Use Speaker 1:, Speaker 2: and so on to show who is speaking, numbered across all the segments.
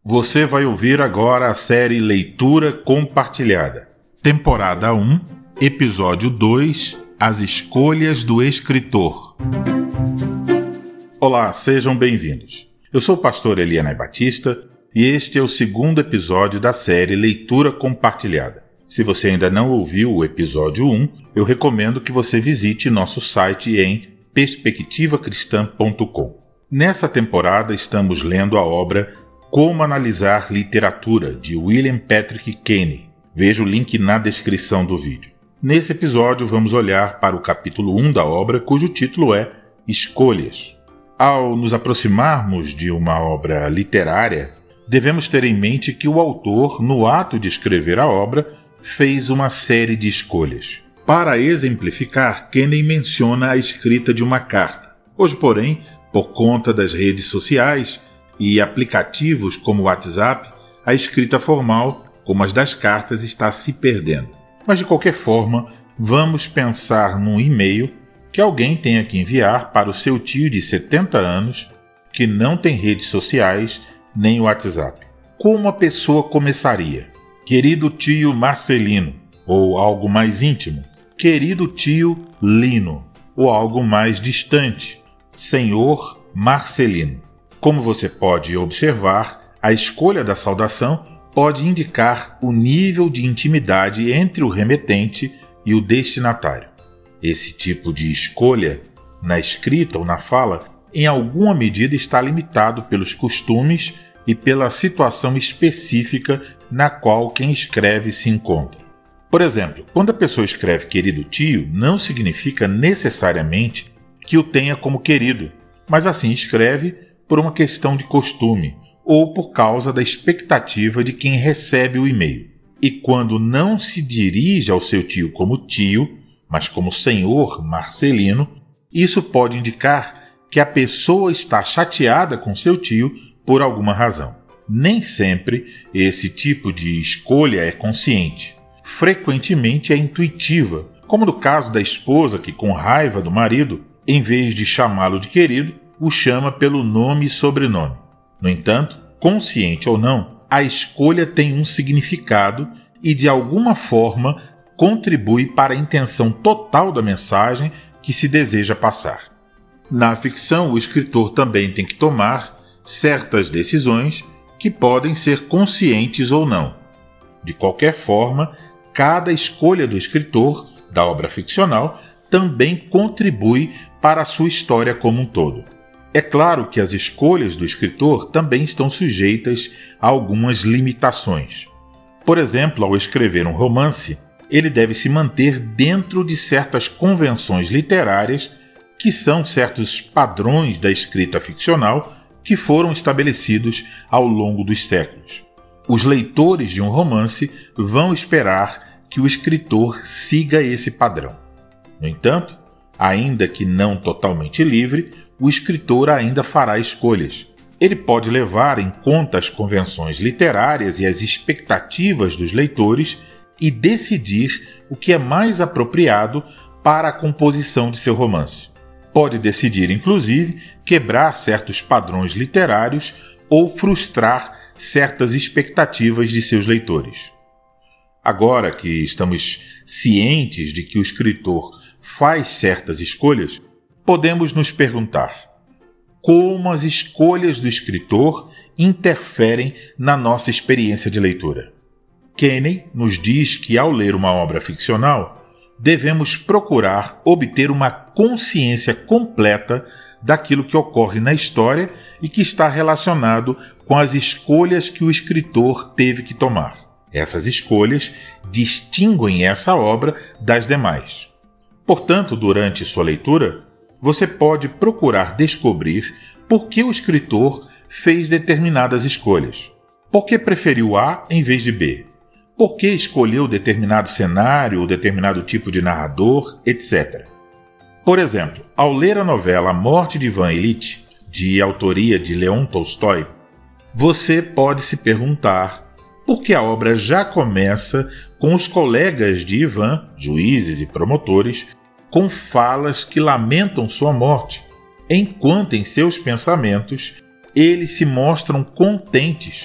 Speaker 1: Você vai ouvir agora a série Leitura Compartilhada. Temporada 1, Episódio 2, As Escolhas do Escritor. Olá, sejam bem-vindos. Eu sou o pastor Elianai Batista e este é o segundo episódio da série Leitura Compartilhada. Se você ainda não ouviu o episódio 1, eu recomendo que você visite nosso site em perspectivacristã.com. Nessa temporada estamos lendo a obra Como Analisar Literatura, de William Patrick Kenny. Veja o link na descrição do vídeo. Nesse episódio vamos olhar para o capítulo 1 da obra, cujo título é Escolhas. Ao nos aproximarmos de uma obra literária, devemos ter em mente que o autor, no ato de escrever a obra, fez uma série de escolhas. Para exemplificar, Kenny menciona a escrita de uma carta. Hoje, porém, por conta das redes sociais e aplicativos como o WhatsApp, a escrita formal, como as das cartas, está se perdendo. Mas, de qualquer forma, vamos pensar num e-mail que alguém tenha que enviar para o seu tio de 70 anos que não tem redes sociais nem WhatsApp. Como a pessoa começaria? Querido tio Marcelino, ou algo mais íntimo. Querido tio Lino, ou algo mais distante. Senhor Marcelino. Como você pode observar, a escolha da saudação pode indicar o nível de intimidade entre o remetente e o destinatário. Esse tipo de escolha, na escrita ou na fala, em alguma medida está limitado pelos costumes e pela situação específica na qual quem escreve se encontra. Por exemplo, quando a pessoa escreve querido tio, não significa necessariamente que o tenha como querido, mas assim escreve por uma questão de costume ou por causa da expectativa de quem recebe o e-mail. E quando não se dirige ao seu tio como tio, mas como senhor Marcelino, isso pode indicar que a pessoa está chateada com seu tio por alguma razão. Nem sempre esse tipo de escolha é consciente. Frequentemente é intuitiva, como no caso da esposa que, com raiva do marido, em vez de chamá-lo de querido, o chama pelo nome e sobrenome. No entanto, consciente ou não, a escolha tem um significado e, de alguma forma, contribui para a intenção total da mensagem que se deseja passar. Na ficção, o escritor também tem que tomar certas decisões que podem ser conscientes ou não. De qualquer forma, cada escolha do escritor, da obra ficcional, também contribui para a sua história como um todo. É claro que as escolhas do escritor também estão sujeitas a algumas limitações. Por exemplo, ao escrever um romance, ele deve se manter dentro de certas convenções literárias que são certos padrões da escrita ficcional que foram estabelecidos ao longo dos séculos. Os leitores de um romance vão esperar que o escritor siga esse padrão. No entanto, ainda que não totalmente livre, o escritor ainda fará escolhas. Ele pode levar em conta as convenções literárias e as expectativas dos leitores e decidir o que é mais apropriado para a composição de seu romance. Pode decidir, inclusive, quebrar certos padrões literários ou frustrar certas expectativas de seus leitores. Agora que estamos cientes de que o escritor faz certas escolhas, podemos nos perguntar: como as escolhas do escritor interferem na nossa experiência de leitura? Kenny nos diz que, ao ler uma obra ficcional, devemos procurar obter uma consciência completa daquilo que ocorre na história e que está relacionado com as escolhas que o escritor teve que tomar. Essas escolhas distinguem essa obra das demais. Portanto, durante sua leitura, você pode procurar descobrir por que o escritor fez determinadas escolhas. Por que preferiu A em vez de B? Por que escolheu determinado cenário ou determinado tipo de narrador, etc. Por exemplo, ao ler a novela A Morte de Ivan Ilitch, de autoria de Leon Tolstói, você pode se perguntar por que a obra já começa com os colegas de Ivan, juízes e promotores, com falas que lamentam sua morte, enquanto em seus pensamentos eles se mostram contentes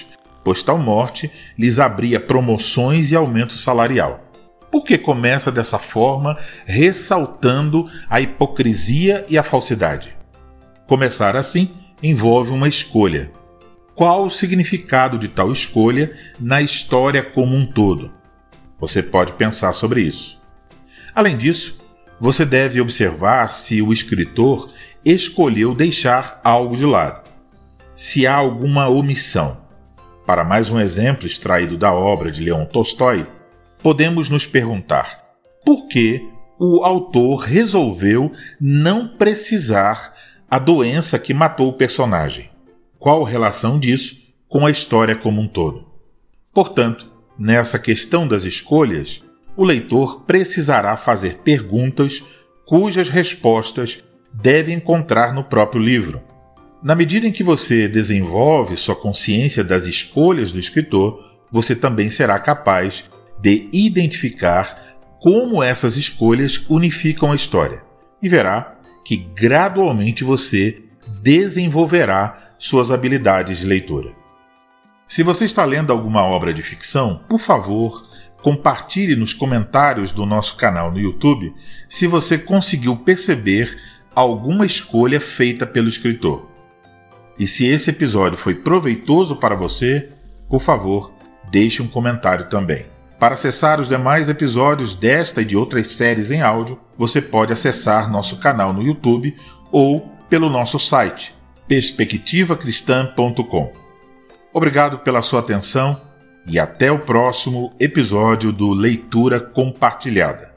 Speaker 1: pois tal morte lhes abria promoções e aumento salarial. Por que começa dessa forma, ressaltando a hipocrisia e a falsidade? Começar assim envolve uma escolha. Qual o significado de tal escolha na história como um todo? Você pode pensar sobre isso. Além disso, você deve observar se o escritor escolheu deixar algo de lado, se há alguma omissão. Para mais um exemplo extraído da obra de Leon Tolstói, podemos nos perguntar por que o autor resolveu não precisar a doença que matou o personagem. Qual a relação disso com a história como um todo? Portanto, nessa questão das escolhas, o leitor precisará fazer perguntas cujas respostas deve encontrar no próprio livro. Na medida em que você desenvolve sua consciência das escolhas do escritor, você também será capaz de identificar como essas escolhas unificam a história e verá que gradualmente você desenvolverá suas habilidades de leitura. Se você está lendo alguma obra de ficção, por favor, compartilhe nos comentários do nosso canal no YouTube se você conseguiu perceber alguma escolha feita pelo escritor. E se esse episódio foi proveitoso para você, por favor, deixe um comentário também. Para acessar os demais episódios desta e de outras séries em áudio, você pode acessar nosso canal no YouTube ou pelo nosso site, perspectivacristã.com. Obrigado pela sua atenção e até o próximo episódio do Leitura Compartilhada.